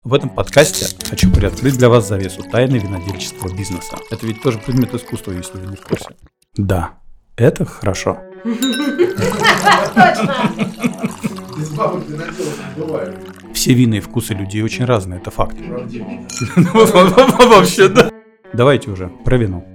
В этом подкасте хочу приоткрыть для вас завесу тайны винодельческого бизнеса. Это ведь тоже предмет искусства, если вы не в курсе. Да, это хорошо. Без бабок виноделов не бывает. Все вина и вкусы людей очень разные, это факт. Вообще, да. Давайте уже про вино.